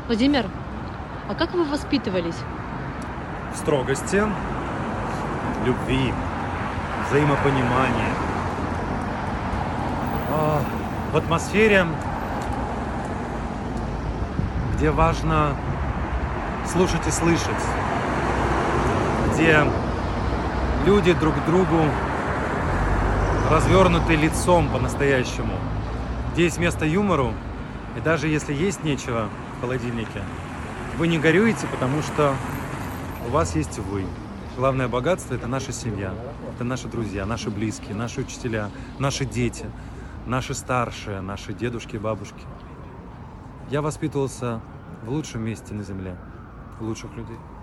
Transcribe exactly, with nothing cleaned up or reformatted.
Владимир, а как вы воспитывались? В строгости, любви, взаимопонимании, а, в атмосфере, где важно слушать и слышать, где люди друг к другу развернуты лицом по-настоящему, где есть место юмору, и даже если есть нечего в холодильнике, вы не горюете, потому что у вас есть вы. Главное богатство – это наша семья, это наши друзья, наши близкие, наши учителя, наши дети, наши старшие, наши дедушки и бабушки. Я воспитывался в лучшем месте на земле, у лучших людей.